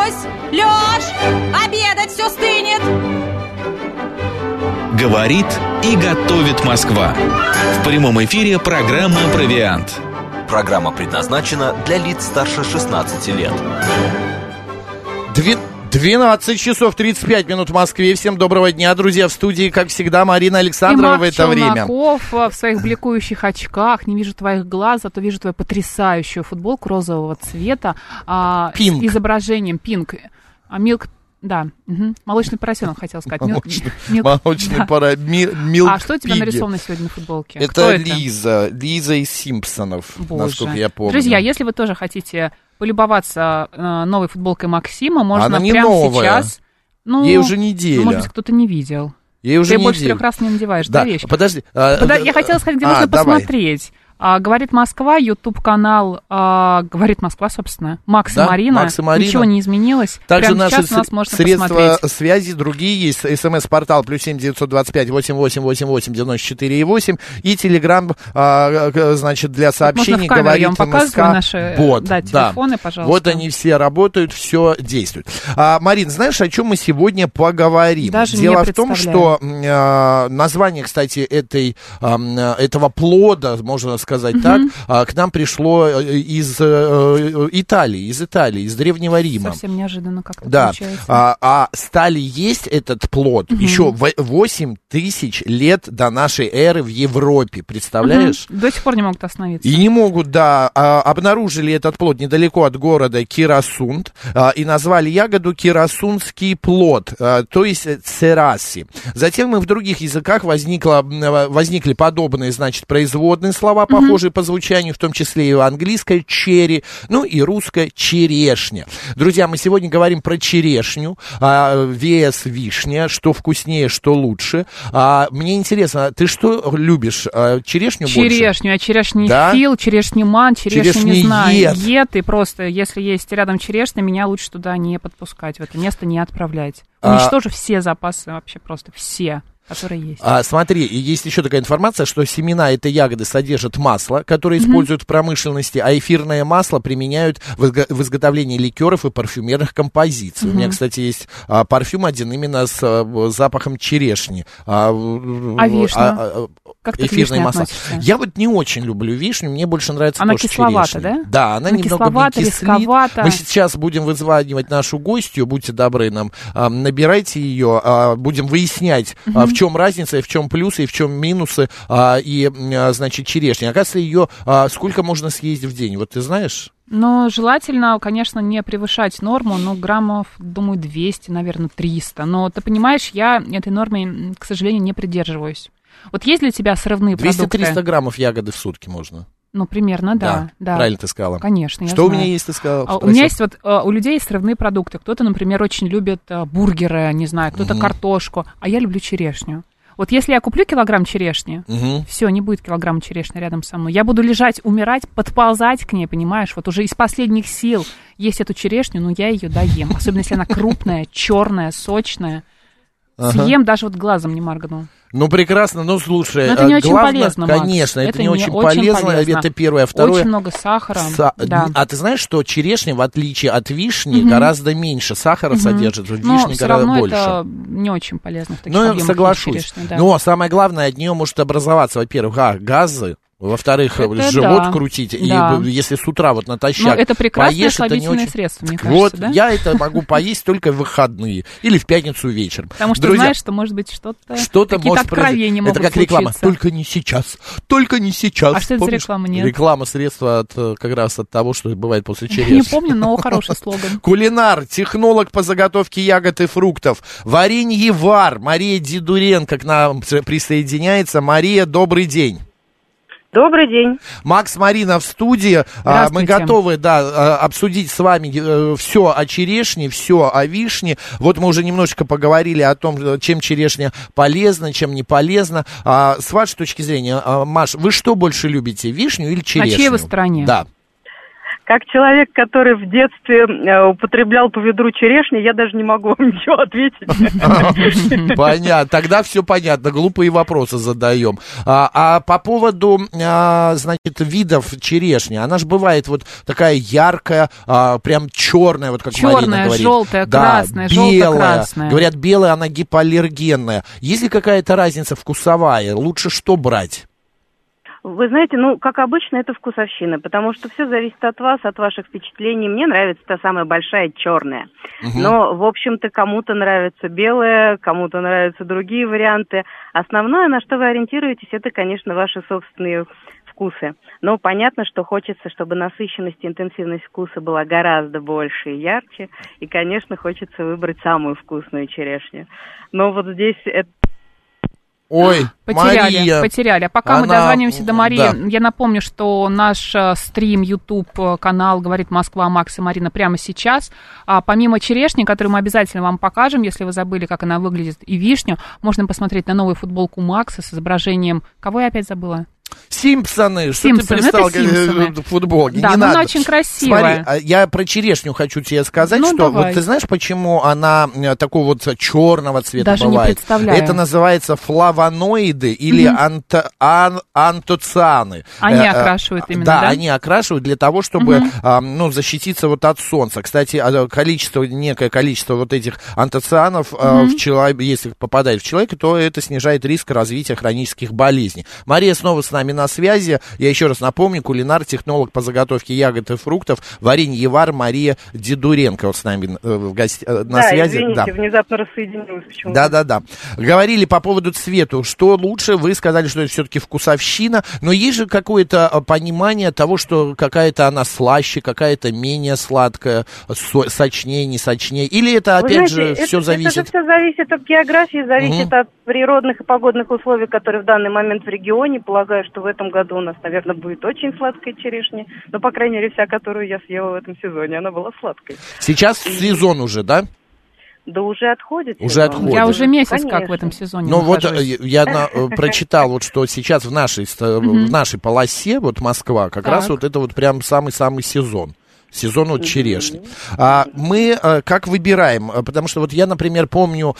Лёсь! Лёш! Обедать все стынет! Говорит и готовит Москва. В прямом эфире программа «Провиант». Программа предназначена для лиц старше 16 лет. 12 часов 35 минут в Москве. Всем доброго дня, друзья. В студии, как всегда, Марина Александрова в это время. Челноков в своих бликующих очках. Не вижу твоих глаз, зато вижу твою потрясающую футболку розового цвета. Пинк. С изображением пинк. Милк. Да, молочный поросенок, хотел сказать. Молочный поросенок. А что у тебя нарисовано сегодня на футболке? Это Лиза из «Симпсонов», насколько я помню. Друзья, если вы тоже хотите полюбоваться новой футболкой Максима, можно она не прямо новая. Сейчас. Ей уже неделя. Может быть, кто-то не видел. Ей уже Ты больше 3 раз не надеваешь, да, вещь. Подожди. Я хотела сказать, где можно посмотреть. «Говорит Москва», YouTube-канал «Говорит Москва», собственно, Макс и Марина. Ничего не изменилось. Также прямо наши сейчас нас можно средства посмотреть. связи другие есть. СМС-портал +7 925 8888 94,8. И Телеграм, значит, для сообщений «Говорит МСК». Наши телефоны, пожалуйста. Вот они все работают, все действует. Марин, знаешь, о чем мы сегодня поговорим? Даже Дело в том, что название, кстати, этого плода, можно сказать так, к нам пришло из Италии, из Древнего Рима. Совсем неожиданно как-то получается. А стали есть этот плод еще 8 тысяч лет до нашей эры в Европе, представляешь? До сих пор не могут остановиться. И не могут, да. Обнаружили этот плод недалеко от города Кирасунд и назвали ягоду кирасундский плод, то есть цераси. Затем и в других языках возникли подобные, значит, производные слова, похожие по звучанию, в том числе и английское черри, ну и русское черешня. Друзья, мы сегодня говорим про черешню, vs вишня, что вкуснее, что лучше. Мне интересно, ты что любишь, черешню больше? Черешню, а черешний да? фил, черешнеман, черешню не знаю. Ед. И просто, если есть рядом черешня, меня лучше туда не подпускать, в это место не отправлять. Уничтожу все запасы, вообще просто все, которые есть. Смотри, есть еще такая информация, что семена этой ягоды содержат масло, которое используют в промышленности, а эфирное масло применяют в изготовлении ликеров и парфюмерных композиций. У меня, кстати, есть парфюм один именно с запахом черешни. Вишня? Как ты эфирное масло. Относишься? Я вот не очень люблю вишню, мне больше нравится она тоже кисловата, черешня. Да? Да, она немного кисловата, кислит. рисковата. Мы сейчас будем вызванивать нашу гостью, будьте добры нам, набирайте ее, будем выяснять, в чем разница, и в чем плюсы, и в чем минусы, значит, черешни. Оказывается, ее сколько можно съесть в день, вот ты знаешь? Но желательно, конечно, не превышать норму, граммов, думаю, 200, наверное, 300. Но ты понимаешь, я этой нормы, к сожалению, не придерживаюсь. Вот есть для тебя срывные продукты? 200-300 граммов ягоды в сутки можно. Примерно, да. Правильно ты сказала. Конечно, я Что знаю. у меня есть, ты сказала? У меня есть у людей есть срывные продукты. Кто-то, например, очень любит бургеры, не знаю, кто-то картошку, а я люблю черешню. Вот если я куплю килограмм черешни, все, не будет килограмма черешни рядом со мной. Я буду лежать, умирать, подползать к ней, понимаешь? Вот уже из последних сил есть эту черешню, но я ее доем. Особенно, если она крупная, черная, сочная. Съем, даже вот глазом не моргну. Прекрасно, слушай. Но это не очень полезно, Макс. Конечно, это не очень полезно. Это первое. Второе. Очень много сахара. Да. А ты знаешь, что черешня, в отличие от вишни, гораздо меньше сахара содержит, в вишне гораздо больше. Это не очень полезно в таких объемах. Соглашусь. Черешни, да. Но самое главное, от нее может образоваться, во-первых, газы. Во-вторых, живот крутить, и если с утра натощак это прекрасное поешь, слабительное это не очень... средство, мне кажется, да? Я это могу поесть только в выходные или в пятницу вечером. Потому что знаешь, что может быть какие-то откровения могут случиться. Это как реклама, только не сейчас. А что это за реклама? Нет? Реклама средства как раз от того, что бывает после черешни. Не помню, но хороший слоган. Кулинар, технолог по заготовке ягод и фруктов, вареньевар Мария Дидуренко к нам присоединяется. Мария, добрый день. Добрый день. Макс, Марина в студии. Мы готовы, обсудить с вами все о черешне, все о вишне. Вот мы уже немножечко поговорили о том, чем черешня полезна, чем не полезна. С вашей точки зрения, Маш, вы что больше любите, вишню или черешню? На чьей вы стороне? Да. Как человек, который в детстве употреблял по ведру черешни, я даже не могу вам ничего ответить. Понятно, тогда все понятно, глупые вопросы задаем. А по поводу, значит, видов черешни, она же бывает вот такая яркая, прям черная, вот как Марина говорит. Черная, желтая, да, красная, белая. желто-красная. Говорят, белая, она гипоаллергенная. Есть ли какая-то разница вкусовая? Лучше что брать? Вы знаете, как обычно, это вкусовщина, потому что все зависит от вас, от ваших впечатлений. Мне нравится та самая большая черная. Но, в общем-то, кому-то нравится белая, кому-то нравятся другие варианты. Основное, на что вы ориентируетесь, это, конечно, ваши собственные вкусы. Но понятно, что хочется, чтобы насыщенность и интенсивность вкуса была гораздо больше и ярче. И, конечно, хочется выбрать самую вкусную черешню. Но вот здесь это... Ой, Мария. Потеряли. А пока мы дозвонимся до Марии, я напомню, что наш стрим, YouTube-канал «Говорит Москва», Макс и Марина прямо сейчас. Помимо черешни, которую мы обязательно вам покажем, если вы забыли, как она выглядит, и вишню, можно посмотреть на новую футболку Макса с изображением... Кого я опять забыла? Симпсоны, что ты пристал к футболке? Да, не но надо. она очень красивая. Смотри, я про черешню хочу тебе сказать, что давай. вот ты знаешь, почему она такого вот черного цвета даже бывает? Не представляю. Это называется флавоноиды или антоцианы. Они окрашивают именно, да? Да, они окрашивают для того, чтобы защититься вот от солнца. Кстати, некое количество вот этих антоцианов, если попадает в человека, то это снижает риск развития хронических болезней. Мария снова с нами на связи. Я еще раз напомню, кулинар, технолог по заготовке ягод и фруктов, вареньевар Мария Дедуренко вот с нами на связи. Извините, внезапно рассоединилась. Да. Говорили по поводу цвету. Что лучше? Вы сказали, что это все-таки вкусовщина, но есть же какое-то понимание того, что какая-то она слаще, какая-то менее сладкая, сочнее, не сочнее. Или это, опять же, все зависит? Это все зависит от географии, зависит от природных и погодных условий, которые в данный момент в регионе. Полагаю, что в этом году у нас, наверное, будет очень сладкая черешня. Но, по крайней мере, вся, которую я съела в этом сезоне, она была сладкой. Сейчас сезон уже, да? Да уже отходит. Уже отходит. Я уже месяц Конечно. как в этом сезоне Ну вот нахожусь. я прочитал, вот, что сейчас в нашей полосе, вот Москва, как раз вот это вот прям самый-самый сезон. Сезон вот черешни. Мы как выбираем? Потому что вот я, например, помню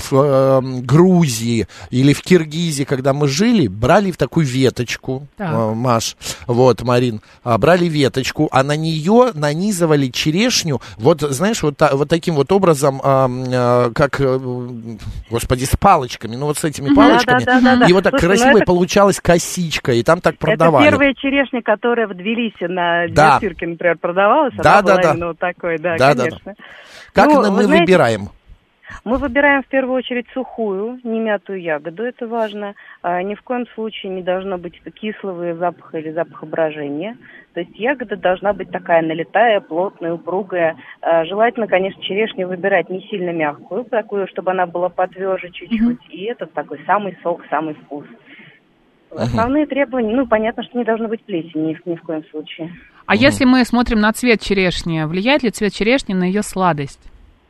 в Грузии или в Киргизии, когда мы жили, брали в такую веточку, Маш, вот, Марин, брали веточку, а на нее нанизывали черешню, вот, знаешь, вот таким вот образом, как, господи, с палочками, ну вот с этими палочками, и вот так красиво получалась косичка, и там так продавали. Это первая черешня, которая в Тбилиси на Дмитрке, например, продавалась. Она была именно вот такой, конечно. Как мы выбираем? Мы выбираем в первую очередь сухую, не мятую ягоду, это важно. Ни в коем случае не должно быть кислого запаха или запахображения. То есть ягода должна быть такая налитая, плотная, упругая. Желательно, конечно, черешню выбирать не сильно мягкую, такую, чтобы она была потверже чуть-чуть. И это такой самый сок, самый вкус. Основные требования, понятно, что не должно быть плесени ни в коем случае. А если мы смотрим на цвет черешни, влияет ли цвет черешни на ее сладость?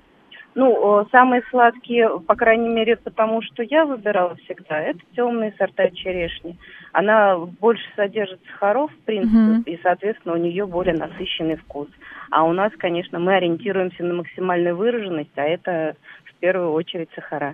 Самые сладкие, по крайней мере, потому что я выбирала всегда, это темные сорта черешни. Она больше содержит сахаров, в принципе, и, соответственно, у нее более насыщенный вкус. А у нас, конечно, мы ориентируемся на максимальную выраженность, а это в первую очередь сахара.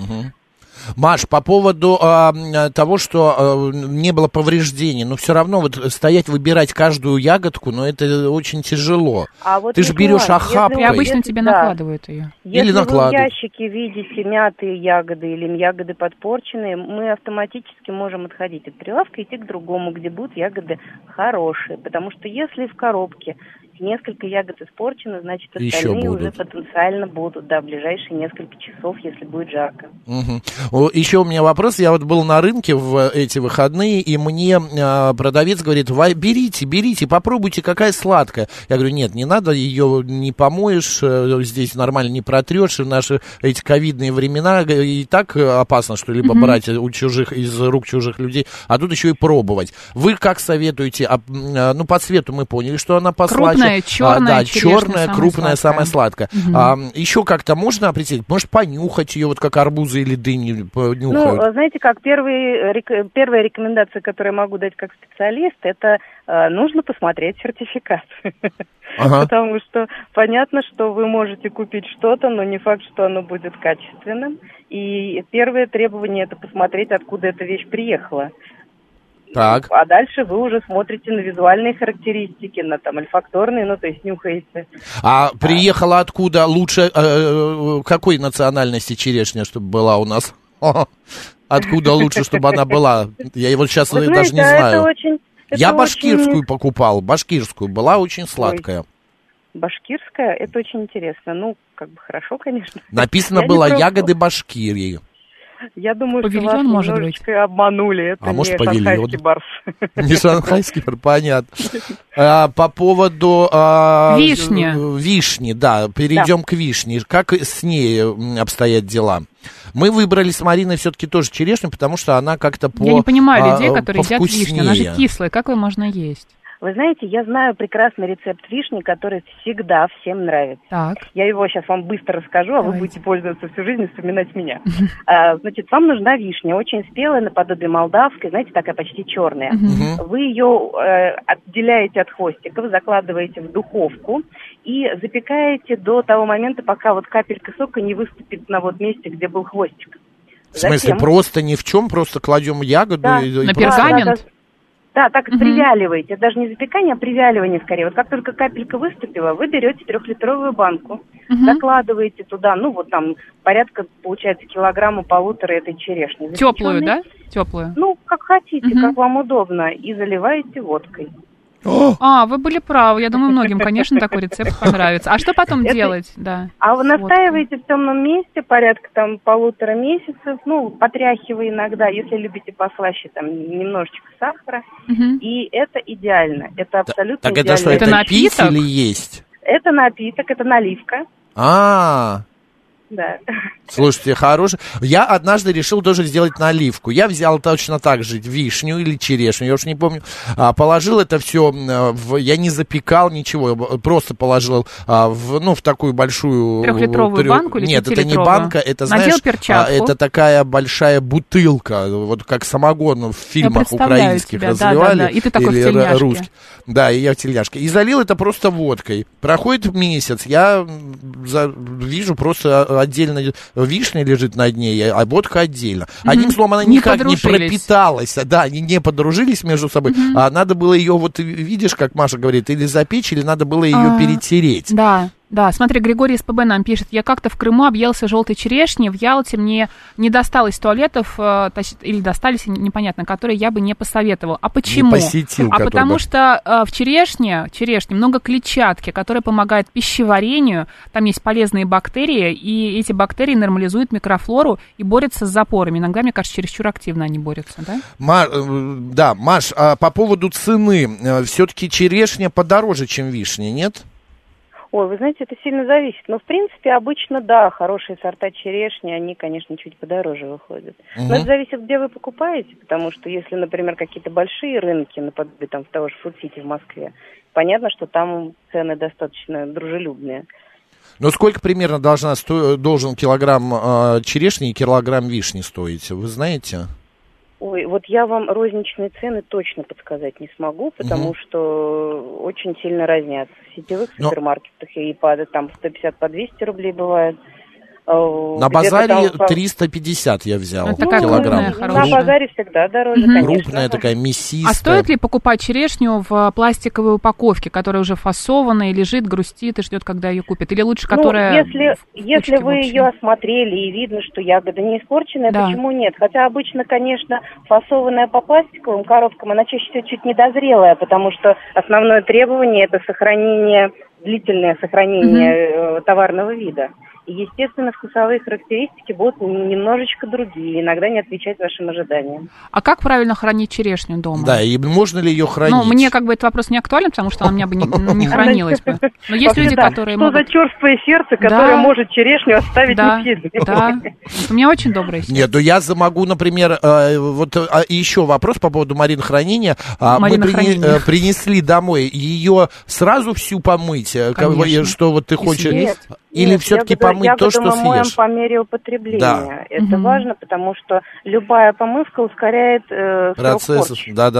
Маш, по поводу того, что не было повреждений, но все равно вот стоять, выбирать каждую ягодку, но это очень тяжело. Вот ты же берешь охапкой. И обычно тебе накладывают ее. Если вы в ящике видите мятые ягоды или ягоды подпорченные, мы автоматически можем отходить от прилавка и идти к другому, где будут ягоды хорошие. Потому что если в коробке несколько ягод испорчены, значит, остальные уже потенциально будут, в ближайшие несколько часов, если будет жарко. Еще у меня вопрос. Я вот был на рынке в эти выходные, и мне продавец говорит: берите, попробуйте, какая сладкая. Я говорю: нет, не надо, ее не помоешь, здесь нормально не протрешь. В наши эти ковидные времена и так опасно что-либо брать из рук чужих людей, а тут еще и пробовать. Вы как советуете? По цвету мы поняли, что она послаще. Черная, да, черная, черная, крупная, самая сладкая. Еще как-то можно определить? Может, понюхать ее, вот как арбузы или дыни понюхают? Ну, знаете, как первая рекомендация, которую я могу дать как специалист, это нужно посмотреть сертификат. Потому что понятно, что вы можете купить что-то, но не факт, что оно будет качественным. И первое требование – это посмотреть, откуда эта вещь приехала. Так. А дальше вы уже смотрите на визуальные характеристики, на там ольфакторные, ну, то есть нюхаете. А приехала откуда? Лучше какой национальности черешня, чтобы была у нас? Откуда лучше, чтобы она была? Я его сейчас даже не знаю. Я башкирскую покупал, башкирскую, была очень сладкая. Башкирская, это очень интересно. Ну, как бы хорошо, конечно. Написано было «Ягоды Башкирии». Я думаю, павильон, что вас может немножечко быть. обманули. Это не шанхайский барс. Не шанхайский барс, понятно. По поводу... Вишни, да. Перейдем к вишне. Как с ней обстоят дела? Мы выбрали с Мариной все-таки тоже черешню, потому что она как-то Я не понимаю людей, которые едят вишню. Она же кислая. Как ее можно есть? Вы знаете, я знаю прекрасный рецепт вишни, который всегда всем нравится. Так. Я его сейчас вам быстро расскажу, а вы будете пользоваться всю жизнь и вспоминать меня. Значит, вам нужна вишня, очень спелая, наподобие молдавской, знаете, такая почти черная. Вы ее отделяете от хвостиков, закладываете в духовку и запекаете до того момента, пока вот капелька сока не выступит на вот месте, где был хвостик. В смысле, просто ни в чем, просто кладем ягоду? Да. На пергамент? Да, так привяливаете. Это даже не запекание, а привяливание скорее. Вот как только капелька выступила, вы берете 3-литровую банку, закладываете туда, ну вот там порядка, получается, 1,5 этой черешни. Теплую, да? Теплую? Ну, как хотите, как вам удобно. И заливаете водкой. Вы были правы. Я думаю, многим, конечно, такой рецепт понравится. А что потом делать? Да. А вы настаиваете в темном месте порядка там 1,5 месяцев, ну, потряхивая иногда, если любите послаще, там, немножечко сахара. И это идеально. Это абсолютно идеально. Так это что, это напиток? Пить или есть? Это напиток, это наливка. Да. Слушайте, хороший. Я однажды решил тоже сделать наливку. Я взял точно так же вишню или черешню, я уж не помню. Положил это все, я не запекал ничего, просто положил в такую большую... 3-литровую банку или 5-литровую? Нет, это не банка, это, знаешь, это такая большая бутылка, вот как самогон в фильмах украинских разливали. Да. И ты такой в тельняшке. Русский. Да, и я в тельняшке. И залил это просто водкой. Проходит месяц, я вижу просто отдельно вишня лежит на дне, а водка отдельно. Одним словом, она никак не пропиталась. Да, они не подружились между собой. А надо было ее, вот видишь, как Маша говорит, или запечь, или надо было ее перетереть. Да, смотри, Григорий из ПБ нам пишет: я как-то в Крыму объелся желтой черешни, в Ялте мне не досталось туалетов, или достались, непонятно, которые я бы не посоветовал. А почему? Не посетил, потому что в черешне много клетчатки, которая помогает пищеварению, там есть полезные бактерии, и эти бактерии нормализуют микрофлору и борются с запорами. Иногда, мне кажется, чересчур активно они борются, да? Да, Маш, по поводу цены, все-таки черешня подороже, чем вишня, нет? Ой, вы знаете, это сильно зависит. Но, в принципе, обычно, да, хорошие сорта черешни, они, конечно, чуть подороже выходят. Но это зависит, где вы покупаете, потому что если, например, какие-то большие рынки, наподобие там того же Фуд-Сити в Москве, понятно, что там цены достаточно дружелюбные. Но сколько примерно должен килограмм черешни и килограмм вишни стоить, вы знаете? Ой, вот я вам розничные цены точно подсказать не смогу, потому что очень сильно разнятся. В сетевых супермаркетах и там 150 по 200 рублей бывает. На базаре 350 я взял килограмм. На базаре всегда дороже, конечно. Крупная такая, мясистая. А стоит ли покупать черешню в пластиковой упаковке, которая уже фасована и лежит, грустит и ждет, когда ее купят? Или лучше, которая... Если вы ее осмотрели и видно, что ягода не испорченная, почему нет? Хотя обычно, конечно, фасованная по пластиковым коробкам, она чаще всего чуть недозрелая, потому что основное требование – это длительное сохранение товарного вида. естественно, вкусовые характеристики будут немножечко другие, иногда не отвечать вашим ожиданиям. А как правильно хранить черешню дома? Да, и можно ли ее хранить? Ну, мне как бы этот вопрос не актуален, потому что она у меня бы не хранилась бы. Но есть люди, которые могут... Что за черствое сердце, которое может черешню оставить несъеденной? Да, у меня очень доброе сердце. Нет, ну я могу, например, еще вопрос по поводу маринохранения. Мы принесли домой, ее сразу всю помыть? Конечно. Что вот ты хочешь? Или нет, все-таки помыть то, что мы моем съешь? по мере употребления. Да. Это важно, потому что любая помывка ускоряет процесс. Да.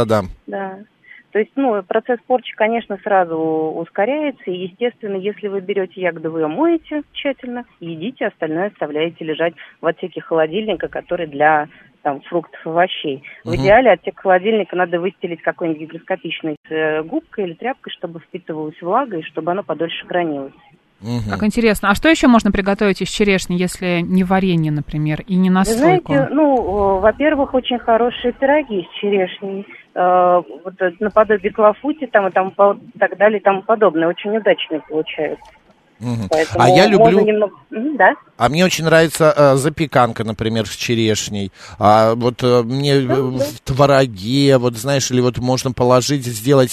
То есть, процесс порчи, конечно, сразу ускоряется. И, естественно, если вы берете ягоды, вы ее моете тщательно, едите, остальное оставляете лежать в отсеке холодильника, который для фруктов и овощей. В идеале отсек холодильника надо выстелить какой-нибудь гигроскопичной губкой или тряпкой, чтобы впитывалась влага и чтобы оно подольше хранилось. Как интересно. А что еще можно приготовить из черешни, если не варенье, например, и не настойку? Вы знаете, во-первых, очень хорошие пироги с черешней, наподобие клафути и так далее и тому подобное. Очень удачные получаются. Поэтому я люблю... немного... Да? А мне очень нравится запеканка, например, с черешней. Мне в твороге, знаешь, или можно положить, сделать,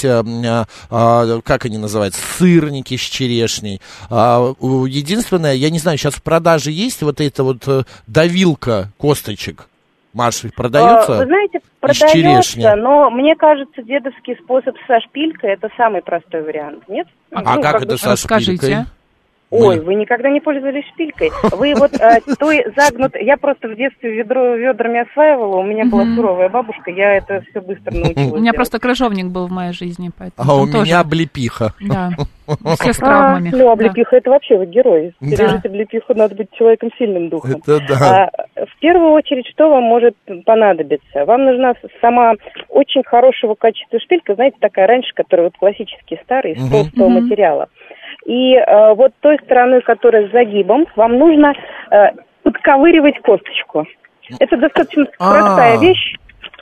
как они называются, сырники с черешней. Единственное, я не знаю, сейчас в продаже есть эта давилка косточек? Маша, продается? Вы знаете, продается, но мне кажется, дедовский способ со шпилькой это самый простой вариант, нет? Как это со шпилькой? Ой, вы никогда не пользовались шпилькой? Вы той загнутой... Я просто в детстве ведрами осваивала, у меня была суровая бабушка, я это все быстро научилась. У меня просто крыжовник был в моей жизни, поэтому... А у меня облепиха. Да, все с травмами. Облепиха, это вообще вы герой. Пережить облепиху, надо быть человеком сильным духом. Это да. В первую очередь, что вам может понадобиться? Вам нужна сама очень хорошего качества шпилька, знаете, такая раньше, которая классический старый, из толстого материала. И той стороной, которая с загибом, вам нужно подковыривать косточку. Это достаточно простая вещь.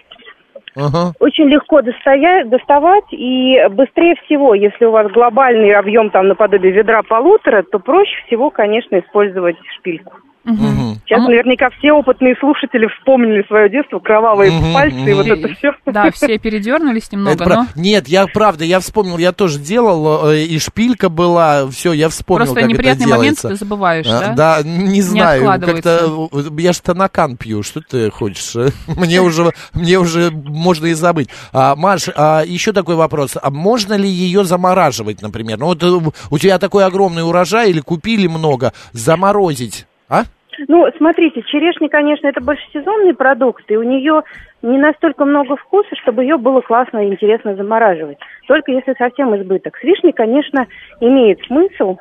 Очень легко доставать, и быстрее всего, если у вас глобальный объем наподобие ведра полутора, то проще всего, конечно, использовать шпильку. Сейчас наверняка все опытные слушатели вспомнили свое детство, кровавые пальцы и это все. Да, все передернулись немного, Нет, я вспомнил, я тоже делал, и шпилька была, все, я вспомнил, просто как это делается. Просто неприятный момент ты забываешь, да? Да, не знаю, как-то, я же Танакан пью, что ты хочешь? Мне уже можно и забыть. Маш, еще такой вопрос, а можно ли ее замораживать, например? У тебя такой огромный урожай или купили много, заморозить? Смотрите, черешня, конечно, это больше сезонный продукт, и у нее не настолько много вкуса, чтобы ее было классно и интересно замораживать. Только если совсем избыток. С вишней, конечно, имеет смысл,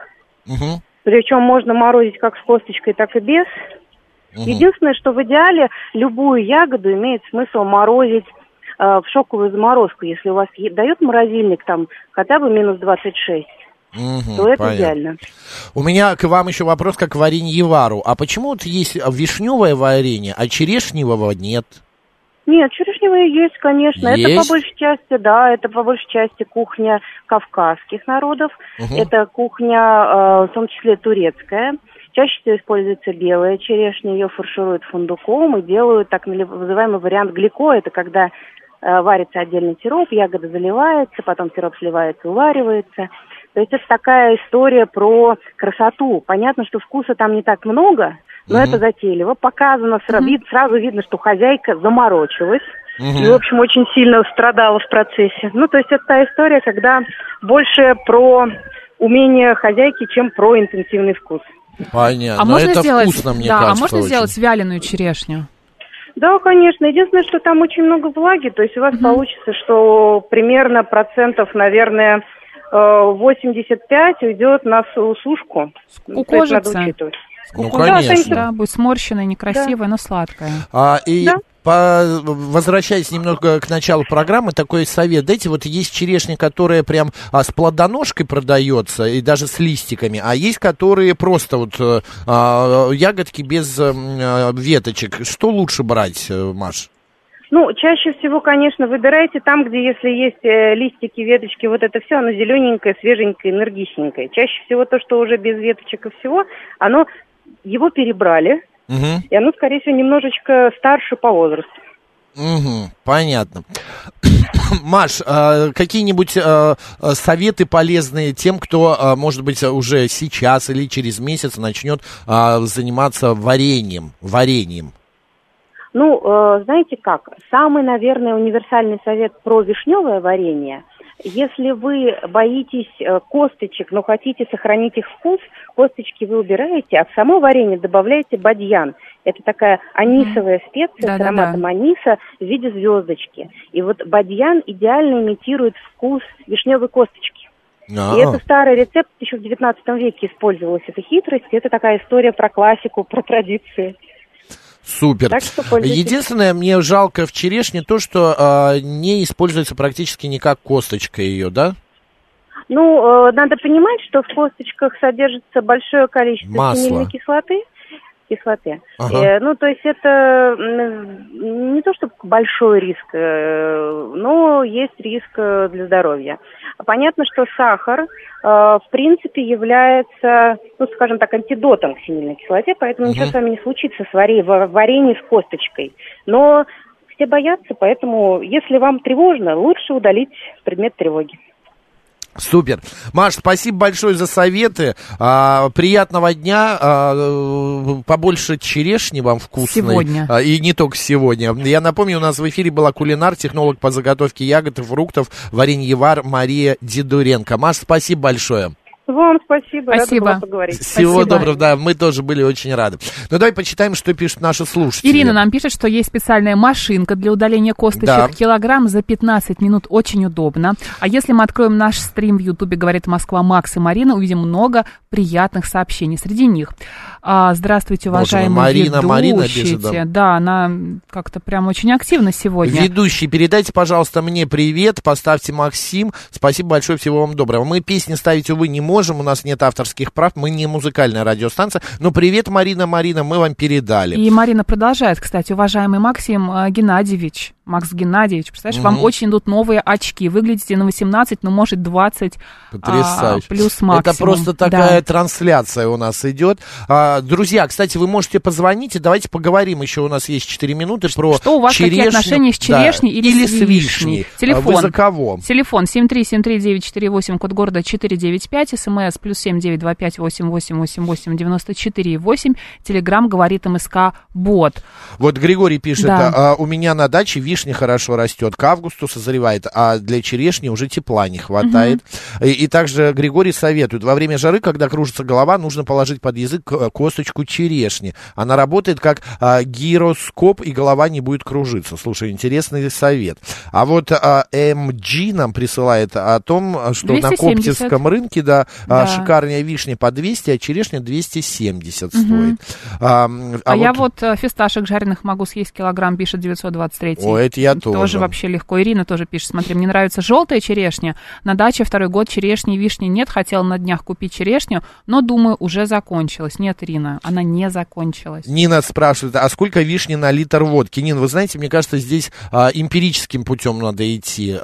причем можно морозить как с косточкой, так и без. Единственное, что в идеале любую ягоду имеет смысл морозить в шоковую заморозку. Если у вас дает морозильник хотя бы минус 26. То это идеально. У меня к вам еще вопрос, как вареньевару. А почему есть вишневое варенье, а черешневого нет? Нет, черешневое есть, конечно. Есть? Это по большей части, это по большей части кухня кавказских народов. Это кухня, в том числе турецкая. Чаще всего используется белая черешня, ее фаршируют фундуком и делают так называемый вариант глико. Это когда варится отдельный сироп, ягода заливается, потом сироп сливается, уваривается. То есть это такая история про красоту. Понятно, что вкуса там не так много, но это затейливо. Показано, сразу видно, что хозяйка заморочилась. И, в общем, очень сильно страдала в процессе. То есть это та история, когда больше про умение хозяйки, чем про интенсивный вкус. Понятно. Но это вкусно, мне кажется. А можно сделать вяленую черешню? Да, конечно. Единственное, что там очень много влаги. То есть у вас получится, что примерно процентов, наверное... 85 уйдет на сушку. Скукожится. Конечно. Да, будет сморщенная, некрасивая, но сладкая. Возвращаясь немного к началу программы, такой совет. Дайте, есть черешня, которая прям с плодоножкой продается, и даже с листиками, а есть, которые просто ягодки без веточек. Что лучше брать, Маш? Чаще всего, конечно, выбирайте там, где, если есть листики, веточки, это все, оно зелененькое, свеженькое, энергичненькое. Чаще всего то, что уже без веточек и всего, оно его перебрали, и оно, скорее всего, немножечко старше по возрасту. Понятно. Маш, какие-нибудь советы полезные тем, кто, может быть, уже сейчас или через месяц начнет заниматься вареньем? Ну, знаете как, самый, наверное, универсальный совет про вишневое варенье. Если вы боитесь косточек, но хотите сохранить их вкус, косточки вы убираете, а в само варенье добавляете бадьян. Это такая анисовая специя с ароматом аниса в виде звездочки. И вот бадьян идеально имитирует вкус вишневой косточки. И это старый рецепт, еще в 19 веке использовалась эта хитрость. Это такая история про классику, про традиции. Супер. Единственное, мне жалко в черешне то, что не используется практически никак косточка ее, да? Ну, надо понимать, что в косточках содержится большое количество фенильной кислоты. Ну, то есть это не то чтобы большой риск, но есть риск для здоровья. Понятно, что сахар, в принципе, является, ну, скажем так, антидотом к фенильной кислоте, поэтому ничего с вами не случится в варенье с косточкой. Но все боятся, поэтому, если вам тревожно, лучше удалить предмет тревоги. Супер. Маш, спасибо большое за советы. Приятного дня. Побольше черешни вам вкусной. Сегодня. И не только сегодня. Я напомню, у нас в эфире была кулинар, технолог по заготовке ягод и фруктов, вареньевар Мария Дидуренко. Маш, спасибо большое. Вам спасибо. Рада была поговорить. Всего доброго, да, мы тоже были очень рады. Ну, давай почитаем, что пишут наши слушатели. Ирина нам пишет, что есть специальная машинка для удаления косточек. Да. Килограмм за 15 минут, очень удобно. А если мы откроем наш стрим в Ютубе, говорит Москва, Макс и Марина, увидим много приятных сообщений. Среди них: здравствуйте, уважаемые ведущие. Марина пишет, да, она как-то прям очень активна сегодня. Ведущий, передайте, пожалуйста, мне привет, поставьте Максим. Спасибо большое, всего вам доброго. Мы песни ставить, увы, не можем, у нас нет авторских прав, мы не музыкальная радиостанция. Но привет, Марина, мы вам передали. И Марина продолжает, кстати, уважаемый Максим Геннадьевич, Макс Геннадьевич, представляешь, вам очень идут новые очки, выглядите на 18, но может 20 плюс максимум. Это просто такая трансляция у нас идет. Друзья, кстати, вы можете позвонить, и давайте поговорим, еще у нас есть 4 минуты про что у вас черешню, какие отношения с черешней или с вишней. Телефон. Вы за кого? Телефон 7373948, код города 495, СМС +7 925 8888 94,8, Телеграм говорит МСК Бот. Вот Григорий пишет, у меня на даче вишня хорошо растет, к августу созревает, а для черешни уже тепла не хватает. И также Григорий советует, во время жары, когда кружится голова, нужно положить под язык косточку черешни. Она работает как гироскоп, и голова не будет кружиться. Слушай, интересный совет. А вот МГ нам присылает о том, что 270. На Коптевском рынке, шикарная вишня по 200, а черешня 270 стоит. Я вот фисташек жареных могу съесть килограмм, пишет 923. О, это я тоже. Тоже вообще легко. Ирина тоже пишет, смотри, мне нравится желтая черешня. На даче 2-й год черешни и вишни нет. Хотела на днях купить черешню, но, думаю, уже закончилась. Нет, Ирина, она не закончилась. Нина спрашивает, а сколько вишни на литр водки? Нина, вы знаете, мне кажется, здесь эмпирическим путем надо идти.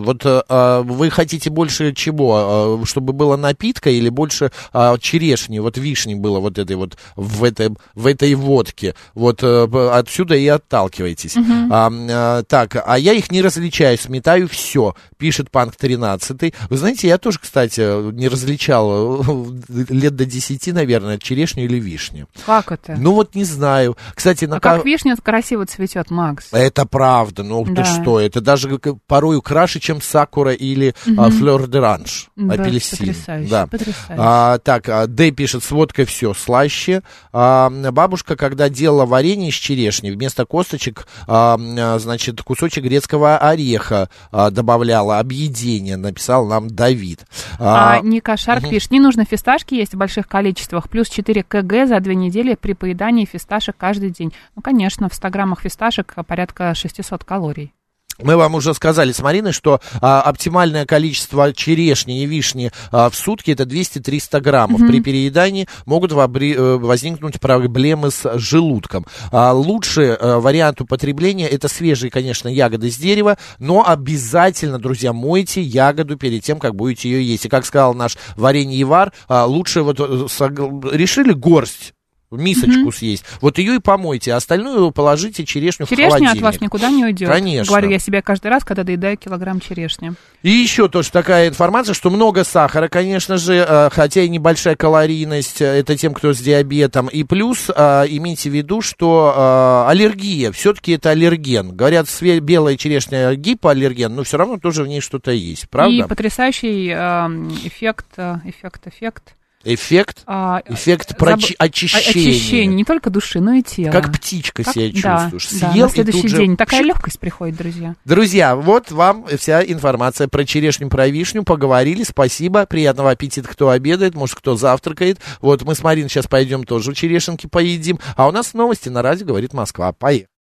Вы хотите больше чего? Чтобы было напитка или больше черешни, вишни было в этой водке? Отсюда и отталкивайтесь. Так, а я их не различаю, сметаю все, пишет Панк 13. Вы знаете, я тоже, кстати, не различал лет до 10, наверное, черешню или вишню. Как это? Не знаю. Кстати, как вишня красиво цветет, Макс. Это правда, ты что, это даже порою краше, чем сакура или флёр-д'оранж, апельсин. Потрясающе. Так, Д пишет, с водкой все слаще. Бабушка, когда делала варенье из черешни, вместо косточек, кусочек грецкого ореха добавляла, объедение, написал нам Давид. Ника Шарк пишет, не нужно фисташки есть в больших количествах, плюс 4 кг за 2 недели при поедании фисташек каждый день. Конечно, в 100 граммах фисташек порядка 600 калорий. Мы вам уже сказали с Мариной, что оптимальное количество черешни и вишни в сутки это 200-300 граммов. При переедании могут возникнуть проблемы с желудком. Лучший вариант употребления это свежие, конечно, ягоды с дерева, но обязательно, друзья, мойте ягоду перед тем, как будете ее есть. И как сказал наш вареньевар, лучше решили горсть мисочку съесть. Вот ее и помойте, а остальную положите черешню в Черешня холодильник. от вас никуда не уйдет. Конечно. Говорю я себе каждый раз, когда доедаю килограмм черешни. И еще тоже такая информация, что много сахара, конечно же, хотя и небольшая калорийность, это тем, кто с диабетом. И плюс имейте в виду, что аллергия, все-таки это аллерген. Говорят, белая черешня гипоаллерген, но все равно тоже в ней что-то есть, правда? И потрясающий эффект. Эффект очищения. Не только души, но и тела. Как птичка себя чувствуешь. Да, Съел, на следующий и тут день. же... Такая легкость приходит, друзья. Друзья, вот вам вся информация про черешню, про вишню. Поговорили, спасибо. Приятного аппетита, кто обедает, может, кто завтракает. Вот мы с Мариной сейчас пойдем тоже черешенки поедим. А у нас новости на радио «Говорит Москва». Поехали.